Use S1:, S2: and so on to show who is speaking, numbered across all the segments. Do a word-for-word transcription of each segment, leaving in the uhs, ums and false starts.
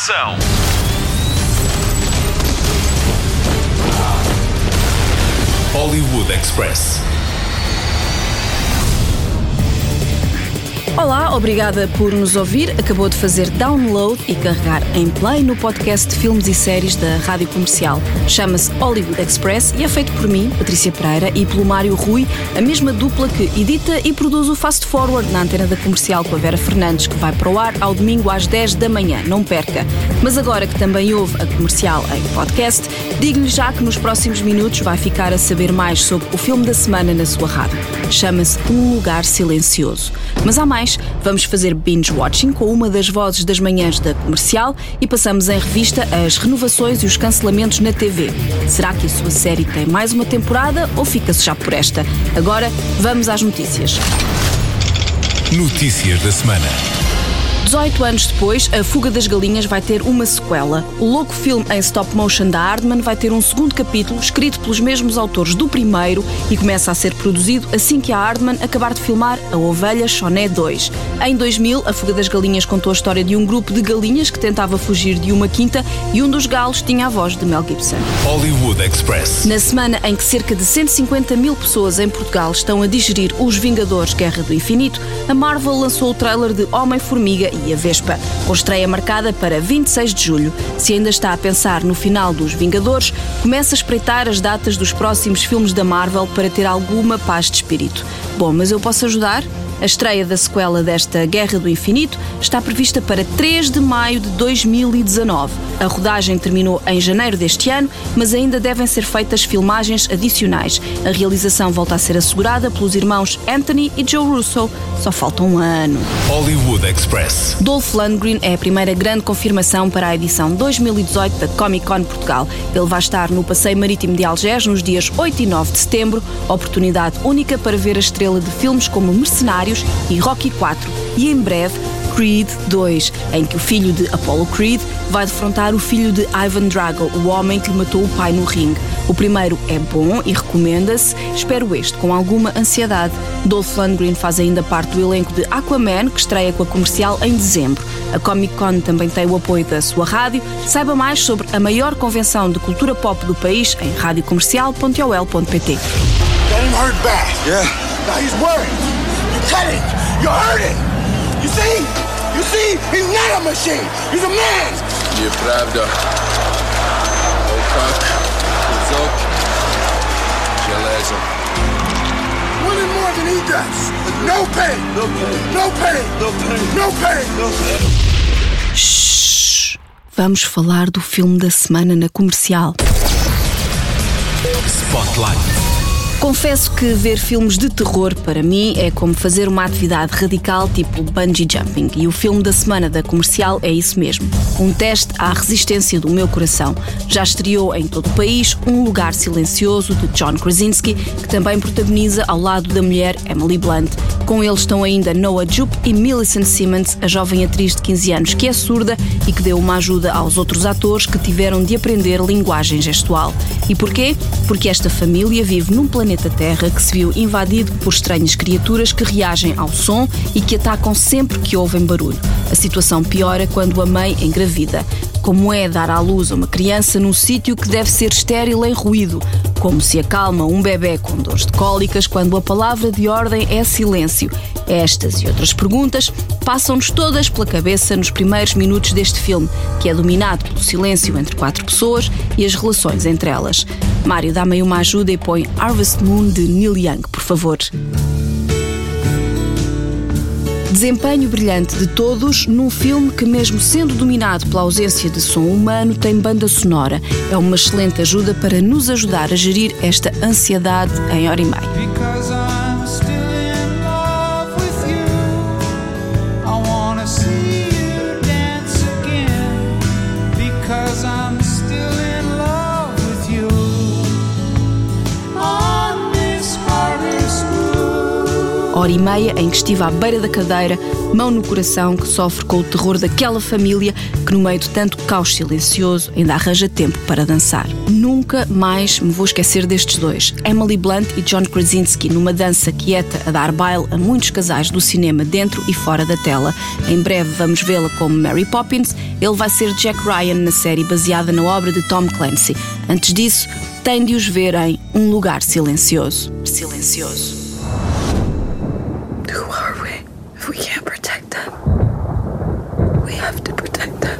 S1: ação. Hollywood Express.
S2: Olá, obrigada por nos ouvir. Acabou de fazer download e carregar em play no podcast de filmes e séries da Rádio Comercial. Chama-se Hollywood Express e é feito por mim, Patrícia Pereira, e pelo Mário Rui, a mesma dupla que edita e produz o Fast Forward na antena da Comercial com a Vera Fernandes, que vai para o ar ao domingo às dez da manhã. Não perca. Mas agora que também ouve a Comercial em podcast, digo-lhe já que nos próximos minutos vai ficar a saber mais sobre o filme da semana na sua rádio. Chama-se Um Lugar Silencioso. Mas há mais. Vamos fazer binge-watching com uma das vozes das manhãs da Comercial e passamos em revista as renovações e os cancelamentos na T V. Será que a sua série tem mais uma temporada ou fica-se já por esta? Agora, vamos às notícias.
S1: Notícias da semana.
S2: dezoito anos depois, A Fuga das Galinhas vai ter uma sequela. O louco filme em stop motion da Aardman vai ter um segundo capítulo, escrito pelos mesmos autores do primeiro e começa a ser produzido assim que a Aardman acabar de filmar A Ovelha Choné dois. Em dois mil, A Fuga das Galinhas contou a história de um grupo de galinhas que tentava fugir de uma quinta e um dos galos tinha a voz de Mel Gibson.
S1: Hollywood Express.
S2: Na semana em que cerca de cento e cinquenta mil pessoas em Portugal estão a digerir Os Vingadores Guerra do Infinito, a Marvel lançou o trailer de Homem-Formiga e a Vespa, com estreia marcada para vinte e seis de julho. Se ainda está a pensar no final dos Vingadores, comece a espreitar as datas dos próximos filmes da Marvel para ter alguma paz de espírito. Bom, mas eu posso ajudar? A estreia da sequela desta Guerra do Infinito está prevista para três de maio de dois mil e dezanove. A rodagem terminou em janeiro deste ano, mas ainda devem ser feitas filmagens adicionais. A realização volta a ser assegurada pelos irmãos Anthony e Joe Russo. Só falta um ano.
S1: Hollywood Express.
S2: Dolph Lundgren é a primeira grande confirmação para a edição dois mil e dezoito da Comic Con Portugal. Ele vai estar no Passeio Marítimo de Algés nos dias oito e nove de setembro, oportunidade única para ver a estrela de filmes como Mercenários e Rocky quatro e, em breve, Creed dois, em que o filho de Apollo Creed vai defrontar o filho de Ivan Drago, o homem que lhe matou o pai no ringue. O primeiro é bom e recomenda-se, espero este com alguma ansiedade. Dolph Lundgren faz ainda parte do elenco de Aquaman, que estreia com a Comercial em dezembro. A Comic Con também tem o apoio da sua rádio. Saiba mais sobre a maior convenção de cultura pop do país em rádio comercial ponto o l ponto p t.
S3: Cutting! You're hurting! You see? You see? He's not a machine! He's a man!
S4: Неправда. Опак, кусок железа.
S3: Winning more than he does. No pain! No pain! No pain! No pain! No pain! No pain!
S2: Shhh! Vamos falar do filme da semana na Comercial.
S1: Spotlight.
S2: Confesso que ver filmes de terror, para mim, é como fazer uma atividade radical tipo bungee jumping, e o filme da semana da Comercial é isso mesmo. Um teste à resistência do meu coração. Já estreou em todo o país Um Lugar Silencioso, de John Krasinski, que também protagoniza ao lado da mulher Emily Blunt. Com eles estão ainda Noah Jupe e Millicent Simmons, a jovem atriz de quinze anos que é surda e que deu uma ajuda aos outros atores que tiveram de aprender linguagem gestual. E porquê? Porque esta família vive num planeta Terra que se viu invadido por estranhas criaturas que reagem ao som e que atacam sempre que ouvem barulho. A situação piora quando a mãe engravida. Como é dar à luz a uma criança num sítio que deve ser estéril em ruído? Como se acalma um bebê com dores de cólicas quando a palavra de ordem é silêncio? Estas e outras perguntas passam-nos todas pela cabeça nos primeiros minutos deste filme, que é dominado pelo silêncio entre quatro pessoas e as relações entre elas. Mário, dá-me aí uma ajuda e põe Harvest Moon de Neil Young, por favor. Desempenho brilhante de todos num filme que, mesmo sendo dominado pela ausência de som humano, tem banda sonora. É uma excelente ajuda para nos ajudar a gerir esta ansiedade em hora e meia. hora e meia em que estive à beira da cadeira, mão no coração, que sofre com o terror daquela família que no meio de tanto caos silencioso ainda arranja tempo para dançar. Nunca mais me vou esquecer destes dois, Emily Blunt e John Krasinski, numa dança quieta a dar baile a muitos casais do cinema dentro e fora da tela. Em breve vamos vê-la como Mary Poppins, ele vai ser Jack Ryan na série baseada na obra de Tom Clancy. Antes disso, tem de os ver em Um Lugar Silencioso. Silencioso.
S5: Who are we if we can't protect them? We have to protect them.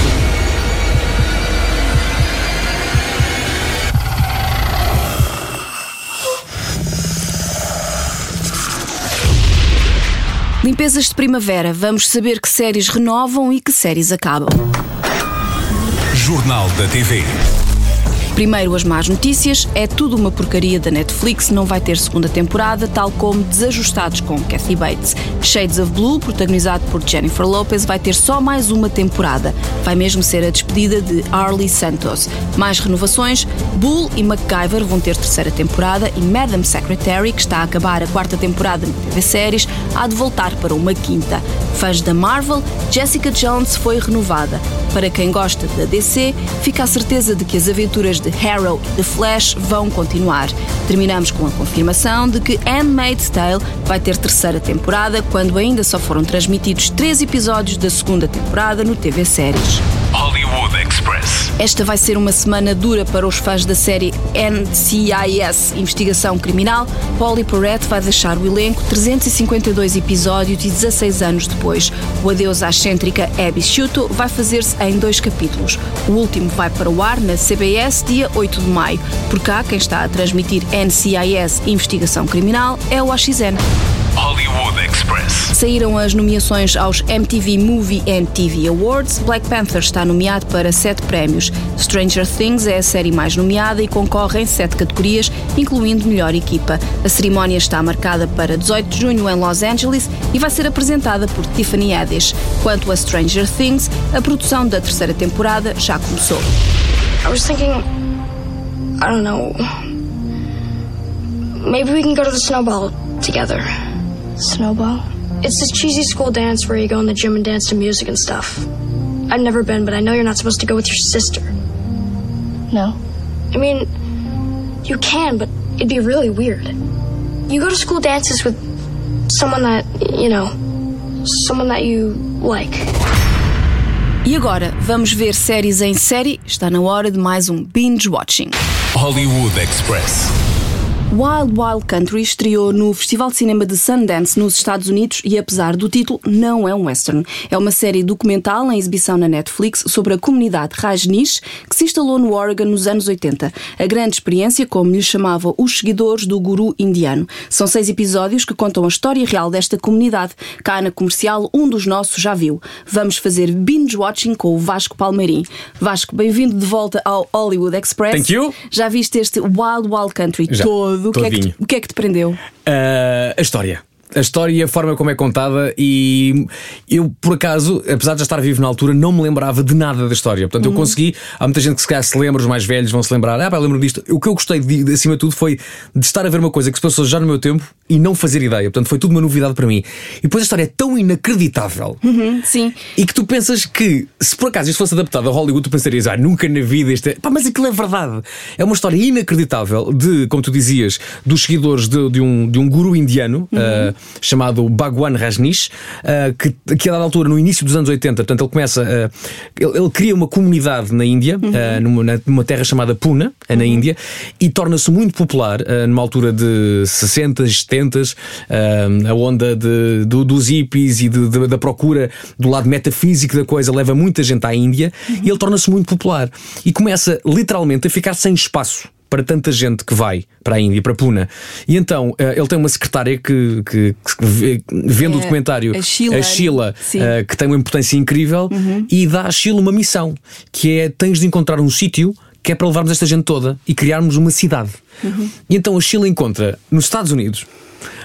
S2: Limpezas de primavera. Vamos saber que séries renovam e que séries acabam.
S1: Jornal da T V.
S2: Primeiro, as más notícias. É tudo uma porcaria da Netflix, não vai ter segunda temporada, tal como Desajustados com Kathy Bates. Shades of Blue, protagonizado por Jennifer Lopez, vai ter só mais uma temporada. Vai mesmo ser a despedida de Arlie Santos. Mais renovações. Bull e MacGyver vão ter terceira temporada e Madam Secretary, que está a acabar a quarta temporada no T V Séries, há de voltar para uma quinta. Fãs da Marvel, Jessica Jones foi renovada. Para quem gosta da D C, fica a certeza de que as aventuras de Arrow e The Flash vão continuar. Terminamos com a confirmação de que Handmaid's Tale vai ter terceira temporada, quando ainda só foram transmitidos três episódios da segunda temporada no T V Séries.
S1: Hollywood Express.
S2: Esta vai ser uma semana dura para os fãs da série N C I S Investigação Criminal. Polly Perrette vai deixar o elenco trezentos e cinquenta e dois episódios e dezasseis anos depois. O adeus à excêntrica Abby Sciuto vai fazer-se em dois capítulos. O último vai para o ar na C B S dia oito de maio. Por cá, quem está a transmitir N C I S Investigação Criminal é o A X N.
S1: Hollywood Express.
S2: Saíram as nomeações aos M T V Movie and T V Awards. Black Panther está nomeado para sete prémios. Stranger Things é a série mais nomeada e concorre em sete categorias, incluindo melhor equipa. A cerimónia está marcada para dezoito de junho em Los Angeles e vai ser apresentada por Tiffany Haddish. Quanto a Stranger Things, a produção da terceira temporada já começou.
S6: I was thinking, I don't know, maybe we can go to the Snowball together.
S5: Snowball?
S6: It's this cheesy school dance where you go in the gym and dance to music and stuff. I've never been, but I know you're not supposed to go with your sister.
S5: No.
S6: I mean, you can, but it'd be really weird. You go to school dances with someone that, you know, someone that you like.
S2: E agora, vamos ver séries em série. Está na hora de mais um Binge Watching.
S1: Hollywood Express.
S2: Wild Wild Country estreou no Festival de Cinema de Sundance nos Estados Unidos e, apesar do título, não é um western. É uma série documental em exibição na Netflix sobre a comunidade Rajneesh que se instalou no Oregon nos anos oitenta. A grande experiência, como lhe chamavam os seguidores do guru indiano. São seis episódios que contam a história real desta comunidade. Cá na Comercial, um dos nossos já viu. Vamos fazer binge watching com o Vasco Palmeirim. Vasco, bem-vindo de volta ao Hollywood Express.
S7: Thank you.
S2: Já viste este Wild Wild Country
S7: Já.
S2: todo? O que, é que, o que é que te prendeu?
S7: Uh, a história. A história e a forma como é contada. E eu, por acaso, apesar de já estar vivo na altura, não me lembrava de nada da história. Portanto, uhum. eu consegui. Há muita gente que se calhar se lembra, os mais velhos vão se lembrar. Ah, pá, eu lembro disto. O que eu gostei de, de, acima de tudo foi de estar a ver uma coisa que se passou já no meu tempo e não fazer ideia. Portanto, foi tudo uma novidade para mim. E depois a história é tão inacreditável.
S2: Uhum, sim.
S7: E que tu pensas que, se por acaso isto fosse adaptado a Hollywood, tu pensarias, ah, nunca na vida isto é... Pá, mas aquilo é verdade. É uma história inacreditável de, como tu dizias, dos seguidores de, de, um, de um guru indiano, uhum. uh, chamado Bhagwan Rajneesh, uh, que, que a dada altura, no início dos anos oitenta, portanto, ele começa uh, ele, ele cria uma comunidade na Índia, uhum. uh, numa, numa terra chamada Pune, uh, na uhum. Índia, e torna-se muito popular uh, numa altura de sessenta, setenta, uh, a onda de, do, dos hippies e de, de, da procura do lado metafísico da coisa leva muita gente à Índia, uhum. e ele torna-se muito popular e começa literalmente a ficar sem espaço para tanta gente que vai para a Índia, para Pune. E então ele tem uma secretária que, que, que vendo é, o documentário,
S2: a Sheila,
S7: a Sheila uh, que tem uma importância incrível, uhum. e dá a Sheila uma missão, que é: tens de encontrar um sítio que é para levarmos esta gente toda e criarmos uma cidade. Uhum. E então a Sheila encontra nos Estados Unidos,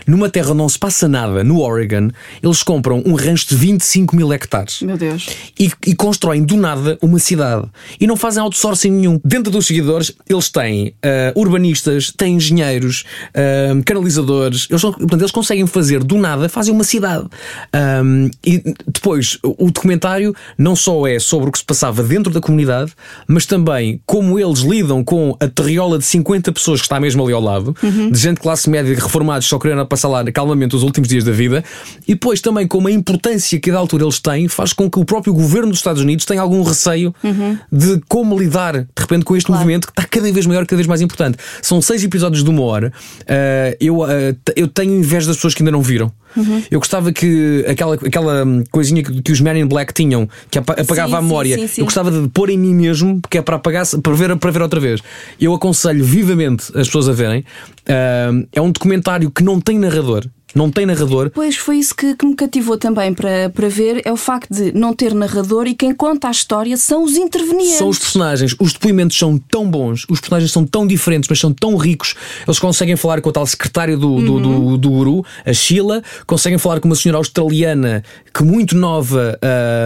S7: numa terra onde não se passa nada, no Oregon, eles compram um rancho de vinte e cinco mil hectares.
S2: Meu Deus.
S7: E, e constroem do nada uma cidade. E não fazem outsourcing nenhum. Dentro dos seguidores, eles têm uh, urbanistas, têm engenheiros, uh, canalizadores. Eles, portanto, eles conseguem fazer do nada, fazem uma cidade. Um, e depois, o documentário não só é sobre o que se passava dentro da comunidade, mas também como eles lidam com a terriola de cinquenta pessoas que está mesmo ali ao lado, uhum. de gente de classe média, reformados, só querendo passar lá calmamente os últimos dias da vida. E depois também como a importância que a da altura eles têm faz com que o próprio governo dos Estados Unidos tenha algum receio uhum. de como lidar de repente com este claro. movimento que está cada vez maior, cada vez mais importante. São seis episódios de uma hora. uh, eu, uh, eu tenho inveja das pessoas que ainda não viram. Uhum. Eu gostava que aquela, aquela coisinha que, que os Men in Black tinham, que apagava sim, a memória, sim, sim, sim. eu gostava de pôr em mim mesmo, porque é para apagar, para ver, para ver outra vez. Eu aconselho vivamente as pessoas a verem. uh, É um documentário que não tem narrador. Não tem narrador.
S2: Pois foi isso que, que me cativou também para, para ver. É o facto de não ter narrador e quem conta a história são os intervenientes.
S7: São os personagens. Os depoimentos são tão bons, os personagens são tão diferentes, mas são tão ricos. Eles conseguem falar com a tal secretária do, uhum. do, do, do guru, a Sheila. Conseguem falar com uma senhora australiana que, muito nova,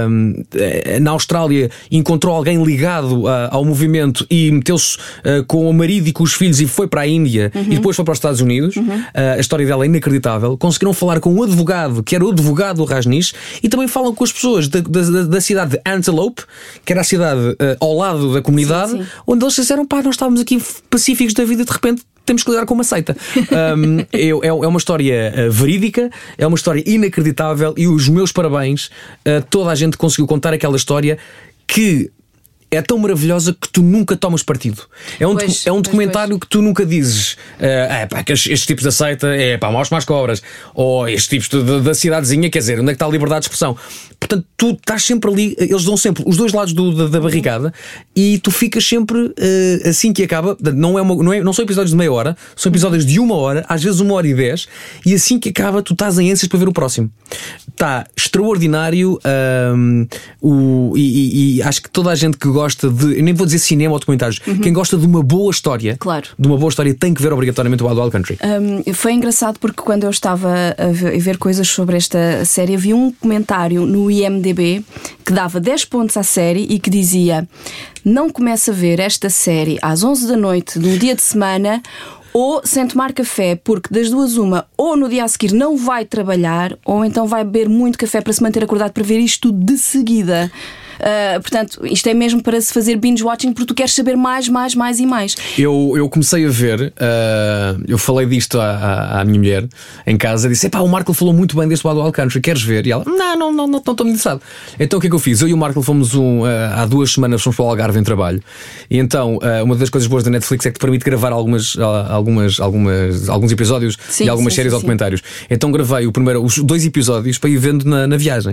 S7: uh, na Austrália, encontrou alguém ligado uh, ao movimento e meteu-se uh, com o marido e com os filhos e foi para a Índia uhum. e depois foi para os Estados Unidos. Uhum. Uh, a história dela é inacreditável. Conseguiram falar com um advogado, que era o advogado do Rajneesh, e também falam com as pessoas da, da, da cidade de Antelope, que era a cidade uh, ao lado da comunidade, sim, sim. onde eles disseram: pá, nós estávamos aqui pacíficos da vida, de repente temos que lidar com uma seita. um, é, é uma história uh, verídica, é uma história inacreditável, e os meus parabéns a toda a gente que conseguiu contar aquela história que é tão maravilhosa que tu nunca tomas partido. É um, pois, é um documentário pois. que tu nunca dizes uh, é pá, que estes tipos da seita é pá, maus mais cobras, ou estes tipos de, de, da cidadezinha, quer dizer, onde é que está a liberdade de expressão? Portanto, tu estás sempre ali, eles dão sempre os dois lados do, da, da barricada, e tu ficas sempre uh, assim que acaba. Não, é uma, não, é, não são episódios de meia hora, são episódios de uma hora, às vezes uma hora e dez, e assim que acaba, tu estás em ânsias para ver o próximo. Está extraordinário. Um, o, e, e, e acho que toda a gente que gosta de, eu nem vou dizer cinema ou documentários, uhum. quem gosta de uma boa história, claro. de uma boa história, tem que ver obrigatoriamente o Wild Wild Country.
S2: Um, foi engraçado porque quando eu estava a ver, a ver coisas sobre esta série, havia um comentário no I M D B que dava dez pontos à série e que dizia: não comece a ver esta série às onze da noite de um dia de semana, ou sem tomar café, porque das duas uma, ou no dia a seguir não vai trabalhar, ou então vai beber muito café para se manter acordado para ver isto de seguida. Uh, portanto, isto é mesmo para se fazer binge watching, porque tu queres saber mais, mais, mais e mais.
S7: Eu, eu comecei a ver, uh, eu falei disto à, à, à minha mulher em casa, disse: epá, o Marco falou muito bem deste Wild Wild Country, queres ver? E ela: não, não, não, não estou muito interessado. Então o que é que eu fiz? Eu e o Marco fomos um, uh, há duas semanas fomos para o Algarve em trabalho. E então uh, uma das coisas boas da Netflix é que te permite gravar algumas, uh, algumas, algumas, alguns episódios sim, e algumas sim, séries sim, ou documentários. Sim. Então gravei o primeiro, os dois episódios para ir vendo na, na viagem.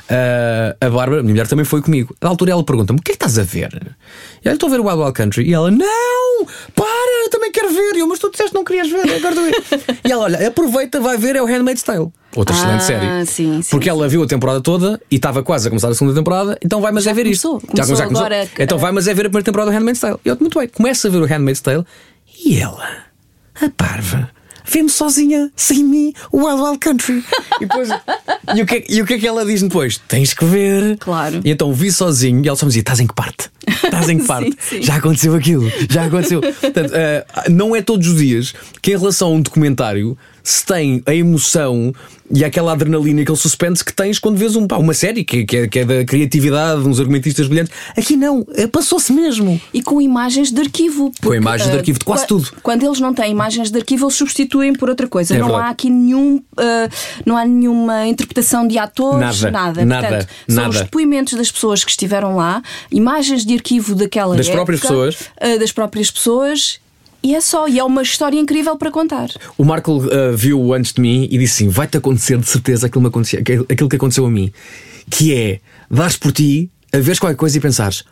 S7: Uh, a Bárbara, a minha mulher, também foi comigo. Na altura ela pergunta-me: o que é que estás a ver? E eu: estou a ver o Wild Wild Country. E ela: não, para, eu também quero ver. E eu: mas tu disseste que não querias ver, agora estou a ver. E ela: olha, aproveita, vai ver, é o Handmaid's Tale. Outra ah, excelente série.
S2: Sim, sim,
S7: porque ela
S2: sim.
S7: viu a temporada toda e estava quase a começar a segunda temporada. Então vai, mas
S2: já
S7: é ver
S2: começou,
S7: isto.
S2: Começou,
S7: já, já começou.
S2: Agora,
S7: então vai, mas é ver a primeira temporada do Handmaid's Tale. E eu: muito bem, começa a ver o Handmaid's Tale. E ela, a parva, vê-me sozinha, sem mim, o Wild Wild Country. E, depois, e, o que, e o que é que ela diz depois? Tens que ver.
S2: Claro.
S7: E então vi sozinho e ela só me dizia: estás em que parte? Estás em que parte?
S2: sim, sim.
S7: Já aconteceu aquilo, já aconteceu. Portanto, uh, não é todos os dias que, em relação a um documentário, se tem a emoção e aquela adrenalina e aquele suspense que tens quando vês um, pá, uma série que, que, é, que é da criatividade, uns argumentistas brilhantes. Aqui não, passou-se mesmo.
S2: E com imagens de arquivo. Porque,
S7: com imagens de arquivo de quase
S2: uh,
S7: tudo.
S2: Quando eles não têm imagens de arquivo, eles substituem por outra coisa.
S7: É
S2: não
S7: verdade.
S2: há aqui nenhum, uh, não há nenhuma interpretação de atores,
S7: nada.
S2: nada.
S7: nada
S2: Portanto,
S7: nada.
S2: São os depoimentos das pessoas que estiveram lá, imagens de arquivo daquela
S7: das
S2: época,
S7: próprias pessoas,
S2: uh, das próprias pessoas. E é só, e é uma história incrível para contar.
S7: O Marco uh, viu antes de mim e disse assim: vai-te acontecer de certeza aquilo, me acontecia, aquilo que aconteceu a mim, que é dares por ti, a veres qualquer coisa e pensares: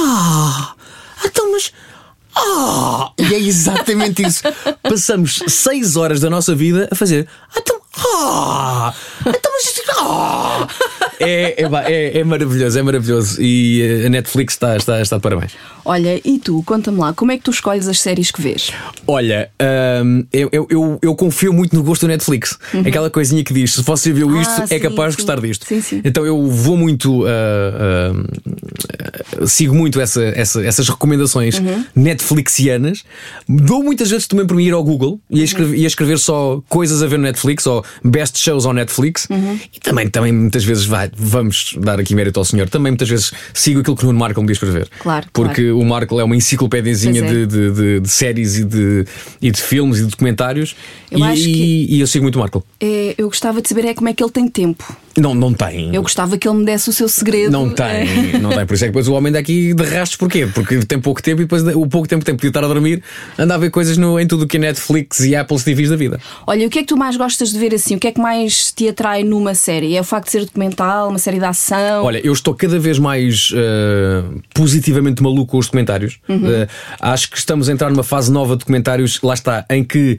S7: ah, então mas ah, e é exatamente isso. Passamos seis horas da nossa vida a fazer: ah, então ah, então mas ah. é, é, é, é maravilhoso, é maravilhoso. E a Netflix está, está, está de parabéns.
S2: Olha, e tu, conta-me lá, como é que tu escolhes as séries que vês?
S7: Olha, hum, eu, eu, eu, eu confio muito no gosto do Netflix. Uhum. Aquela coisinha que diz: se você viu isto, ah, é sim, capaz sim. de gostar disto.
S2: Sim, sim.
S7: Então eu vou muito, uh, uh, sigo muito essa, essa, essas recomendações uhum. netflixianas. Dou muitas vezes também para mim ir ao Google e a escrever, uhum. e a escrever só coisas a ver no Netflix ou best shows ao Netflix. Uhum. E também, também muitas vezes vai, vamos dar aqui mérito ao senhor. Também muitas vezes sigo aquilo que o Nuno Marco me diz para ver.
S2: Claro,
S7: porque
S2: claro.
S7: o Marco é uma enciclopédiazinha é. de, de, de, de séries e de, e de filmes e de documentários.
S2: Eu
S7: e,
S2: acho que
S7: e eu sigo muito o Marco.
S2: É, eu gostava de saber é como é que ele tem tempo.
S7: Não, não tem.
S2: Eu gostava que ele me desse o seu segredo.
S7: Não tem, não tem. Por isso é que depois o homem daqui de rastros. Porquê? Porque tem pouco tempo e depois o pouco tempo que tem podia estar a dormir, anda a ver coisas no, em tudo o que é Netflix e Apple T Vs da vida.
S2: Olha, o que é que tu mais gostas de ver assim? O que é que mais te atrai numa série? É o facto de ser documental, uma série de ação?
S7: Olha, eu estou cada vez mais uh, positivamente maluco com os documentários. Uhum. Uh, acho que estamos a entrar numa fase nova de documentários, lá está, em que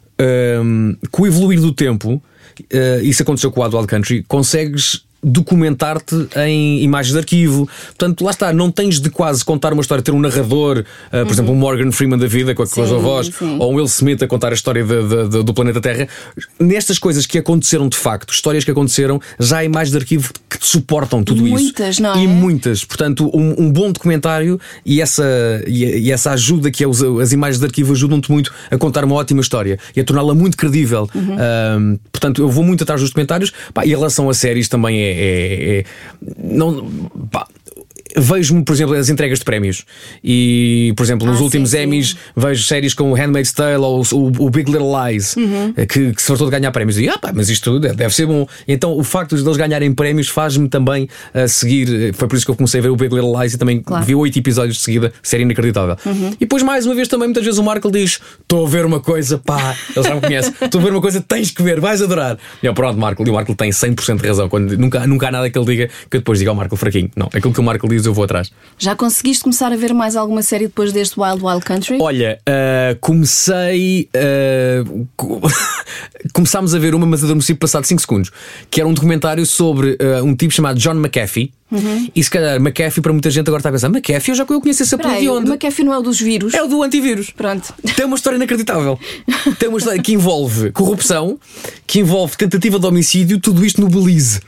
S7: uh, com o evoluir do tempo, uh, isso aconteceu com o Wild Wild Country, consegues documentar-te em imagens de arquivo. Portanto, lá está, não tens de quase contar uma história, ter um narrador, uh, por uhum. exemplo, um Morgan Freeman da vida com a, com a sua voz, sim. ou um Will Smith a contar a história de, de, de, do planeta Terra. Nestas coisas que aconteceram de facto, histórias que aconteceram, já há imagens de arquivo que te suportam tudo
S2: muitas,
S7: isso.
S2: Muitas, não é?
S7: E muitas. Portanto, um, um bom documentário e essa, e, e essa ajuda que é os, as imagens de arquivo ajudam-te muito a contar uma ótima história e a torná-la muito credível. Uhum. Uh, portanto, eu vou muito atrás dos documentários. Pá, e em relação a séries também é É, é, não, pá, vejo-me, por exemplo, as entregas de prémios e, por exemplo, nos
S2: ah,
S7: últimos
S2: sim,
S7: Emmys
S2: sim.
S7: vejo séries como Handmaid's Tale ou o, o Big Little Lies, uhum. que, que se fartou de ganhar prémios e ah pá, mas isto deve, deve ser bom. Então o facto de eles ganharem prémios faz-me também uh, seguir. Foi por isso que eu comecei a ver o Big Little Lies e também claro. vi oito episódios de seguida, série inacreditável. Uhum. E depois mais uma vez também muitas vezes o Marco diz: estou a ver uma coisa, pá, ele já me conhece, estou a ver uma coisa, tens que ver, vais adorar. E eu, pronto, Marco, e o Marco tem cem por cento de razão. Quando, nunca, nunca há nada que ele diga que eu depois diga ao Marco fraquinho. Não, aquilo que o Marco diz eu vou atrás.
S2: Já conseguiste começar a ver mais alguma série depois deste Wild Wild Country?
S7: Olha, uh, comecei uh, começámos a ver uma, mas adormeci passado cinco segundos, que era um documentário sobre uh, um tipo chamado John McAfee. Uhum. E se calhar McAfee para muita gente agora está a pensar: McAfee, eu já eu conheço esse apelido de onde?
S2: McAfee não é o dos vírus?
S7: É o do antivírus.
S2: Pronto.
S7: Tem uma história inacreditável. Tem uma história que envolve corrupção, que envolve tentativa de homicídio, tudo isto no Belize.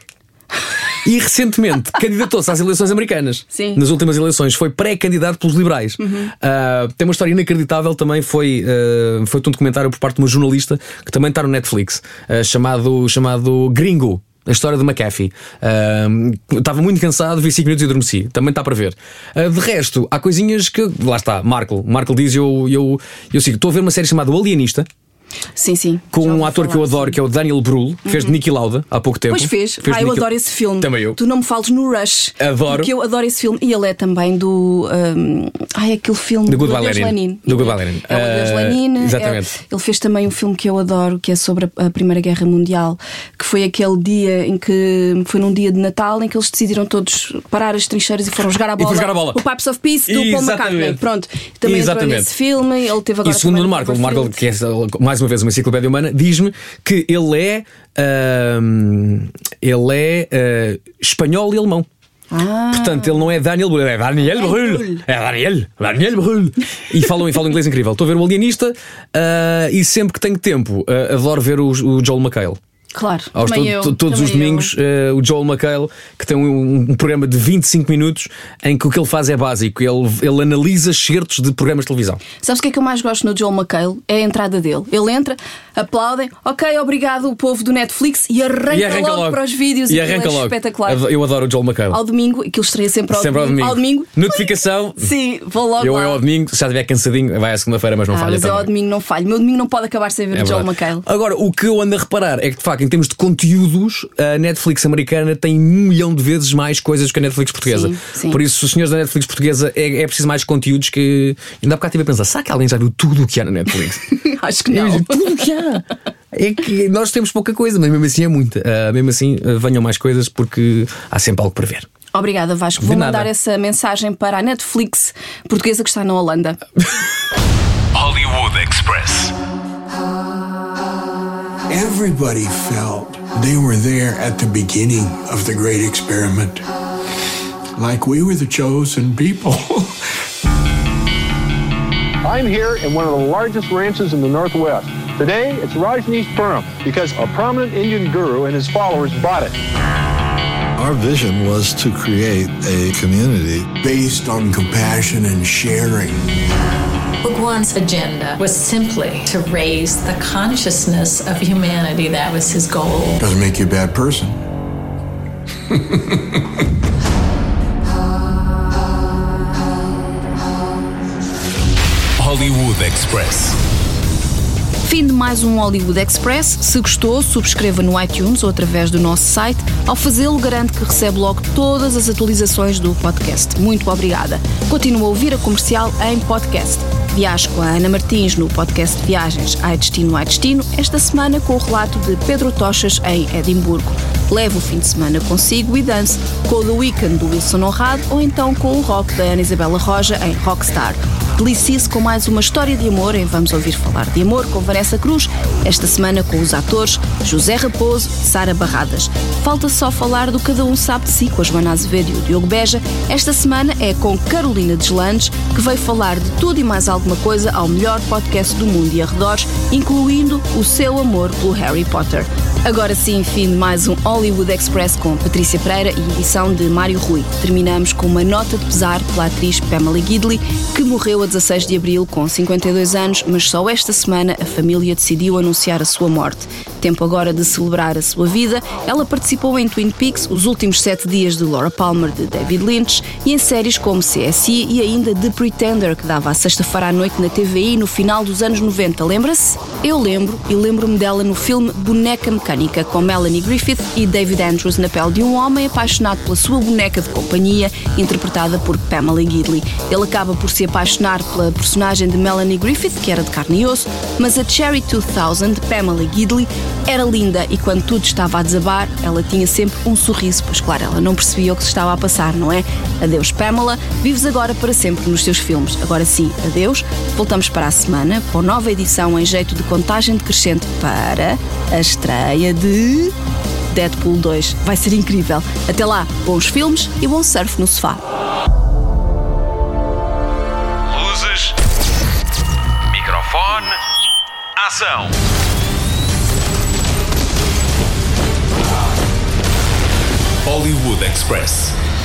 S7: E recentemente candidatou-se às eleições americanas.
S2: Sim.
S7: Nas últimas eleições foi pré-candidato pelos liberais. Uhum. uh, Tem uma história inacreditável. Também foi uh, foi um documentário por parte de uma jornalista que também está no Netflix, uh, chamado, chamado Gringo, a história de McAfee. uh, Estava muito cansado, vi cinco minutos e adormeci. Também está para ver. uh, De resto, há coisinhas que... Lá está, Marco Marco diz, eu, eu, eu sigo. Estou a ver uma série chamada O Alienista,
S2: Sim, sim.
S7: com um ator
S2: falar,
S7: que eu adoro,
S2: sim.
S7: que é o Daniel Bruhl, que uhum. fez de Niki Lauda há pouco tempo.
S2: Pois fez,
S7: fez
S2: ah, eu
S7: Niki...
S2: adoro esse filme.
S7: Também eu.
S2: Tu não me fales no Rush.
S7: Adoro.
S2: Porque eu adoro esse filme. E ele é também do um... Ai, aquele filme
S7: The Good
S2: do Adeus
S7: Lenin.
S2: Lenin.
S7: Do Good Lenin.
S2: É o Adeus
S7: uh,
S2: Lenin.
S7: Exatamente.
S2: É, ele fez também um filme que eu adoro, que é sobre a Primeira Guerra Mundial, que foi aquele dia em que foi num dia de Natal em que eles decidiram todos parar as trincheiras e foram jogar a bola.
S7: jogar a bola.
S2: O Pipes of Peace do Paul McCartney. Pronto. Também entrou nesse filme. Ele teve agora.
S7: E segundo o Marco, o Marco, que é mais uma vez uma enciclopédia humana, diz-me que ele é uh, ele é uh, espanhol e alemão.
S2: Ah.
S7: Portanto, ele não é Daniel Brühl, é Daniel Brühl. É Daniel, Daniel Brühl. E falam, falam inglês incrível. Estou a ver o Alienista uh, e sempre que tenho tempo uh, adoro ver o, o Joel McHale.
S2: Claro,
S7: Aos
S2: também
S7: to,
S2: eu,
S7: todos
S2: também
S7: os domingos uh, o Joel McHale, que tem um, um programa de vinte e cinco minutos em que o que ele faz é básico. Ele, ele analisa excertos de programas de televisão.
S2: Sabes o que é que eu mais gosto no Joel McHale? É a entrada dele. Ele entra, aplaudem, ok, obrigado o povo do Netflix, e arranca,
S7: e arranca
S2: logo, logo para os vídeos.
S7: E
S2: arranca
S7: é
S2: logo. Espetacular.
S7: Eu adoro o Joel McHale.
S2: Ao domingo, aquilo estreia sempre ao,
S7: sempre
S2: domingo.
S7: ao domingo.
S2: Ao domingo.
S7: Notificação.
S2: Sim, vou logo
S7: eu
S2: lá.
S7: Eu ao domingo, se já estiver cansadinho, vai à segunda-feira, mas não
S2: ah,
S7: falha
S2: mas
S7: também.
S2: eu ao domingo não falho. O meu domingo não pode acabar sem ver
S7: é
S2: o Joel
S7: verdade.
S2: McHale.
S7: Agora, o que eu ando a reparar é que, de facto, em termos de conteúdos, a Netflix americana tem um milhão de vezes mais coisas que a Netflix portuguesa.
S2: Sim, sim.
S7: Por isso, os senhores da Netflix portuguesa é, é preciso mais conteúdos que. Ainda há bocado estive a pensar: será que alguém já viu tudo o que há na Netflix?
S2: Acho que não.
S7: Eu, tudo o que há. É que nós temos pouca coisa, mas mesmo assim é muita. Uh, mesmo assim, uh, venham mais coisas porque há sempre algo para ver.
S2: Obrigada, Vasco. Vou mandar essa mensagem para a Netflix portuguesa que está na Holanda.
S1: Hollywood Express.
S3: Everybody felt They were there at the beginning of the great experiment. Like we were the chosen people.
S8: I'm here in one of the largest ranches in the Northwest. Today, it's Rajneeshpuram because a prominent Indian guru and his followers bought it.
S9: Our vision was to create a community
S3: Based on compassion and sharing.
S10: Bhagwan's agenda was simply to raise the consciousness of humanity. That was his goal.
S3: Doesn't make you a bad person.
S1: Hollywood Express.
S2: Fim de mais um Hollywood Express. Se gostou, subscreva no iTunes ou através do nosso site. Ao fazê-lo, garante que recebe logo todas as atualizações do podcast. Muito obrigada. Continua a ouvir a Comercial em podcast. Viaje com a Ana Martins no podcast de viagens Ai Destino, Ai Destino, esta semana com o relato de Pedro Tochas em Edimburgo. Leve o fim de semana consigo e dance com o The Weeknd do Wilson Honrado ou então com o rock da Ana Isabela Roja em Rockstar. Delicie-se com mais uma história de amor em Vamos Ouvir Falar de Amor com Vanessa Cruz, esta semana com os atores José Raposo e Sara Barradas. Falta só falar do Cada Um Sabe de Si com a Joana Azevedo e o Diogo Beja. Esta semana é com Carolina Deslandes, que veio falar de tudo e mais alguma coisa ao melhor podcast do mundo e arredores, incluindo o seu amor pelo Harry Potter. Agora sim, fim de mais um Hollywood Express com Patrícia Pereira e edição de Mário Rui. Terminamos com uma nota de pesar pela atriz Pamela Gidley, que morreu a dezasseis de abril com cinquenta e dois anos, mas só esta semana a família decidiu anunciar a sua morte. Tempo agora de celebrar a sua vida. Ela participou em Twin Peaks, Os Últimos Sete Dias de Laura Palmer, de David Lynch, e em séries como C S I e ainda The Pretender, que dava à sexta-feira à noite na T V I no final dos anos noventa. Lembra-se? Eu lembro, e lembro-me dela no filme Boneca Mecânica, com Melanie Griffith e David Andrews na pele de um homem apaixonado pela sua boneca de companhia, interpretada por Pamela Gidley. Ele acaba por se apaixonar pela personagem de Melanie Griffith, que era de carne e osso, mas a Cherry dois mil de Pamela Gidley era linda e quando tudo estava a desabar, ela tinha sempre um sorriso, pois claro, ela não percebia o que se estava a passar, não é? Adeus, Pamela, vives agora para sempre nos seus filmes. Agora sim, adeus, voltamos para a semana com nova edição em jeito de contagem decrescente para a estreia de Deadpool dois. Vai ser incrível. Até lá, bons filmes e bom surf no sofá.
S1: Luzes. Microfone. Ação. Hollywood Express.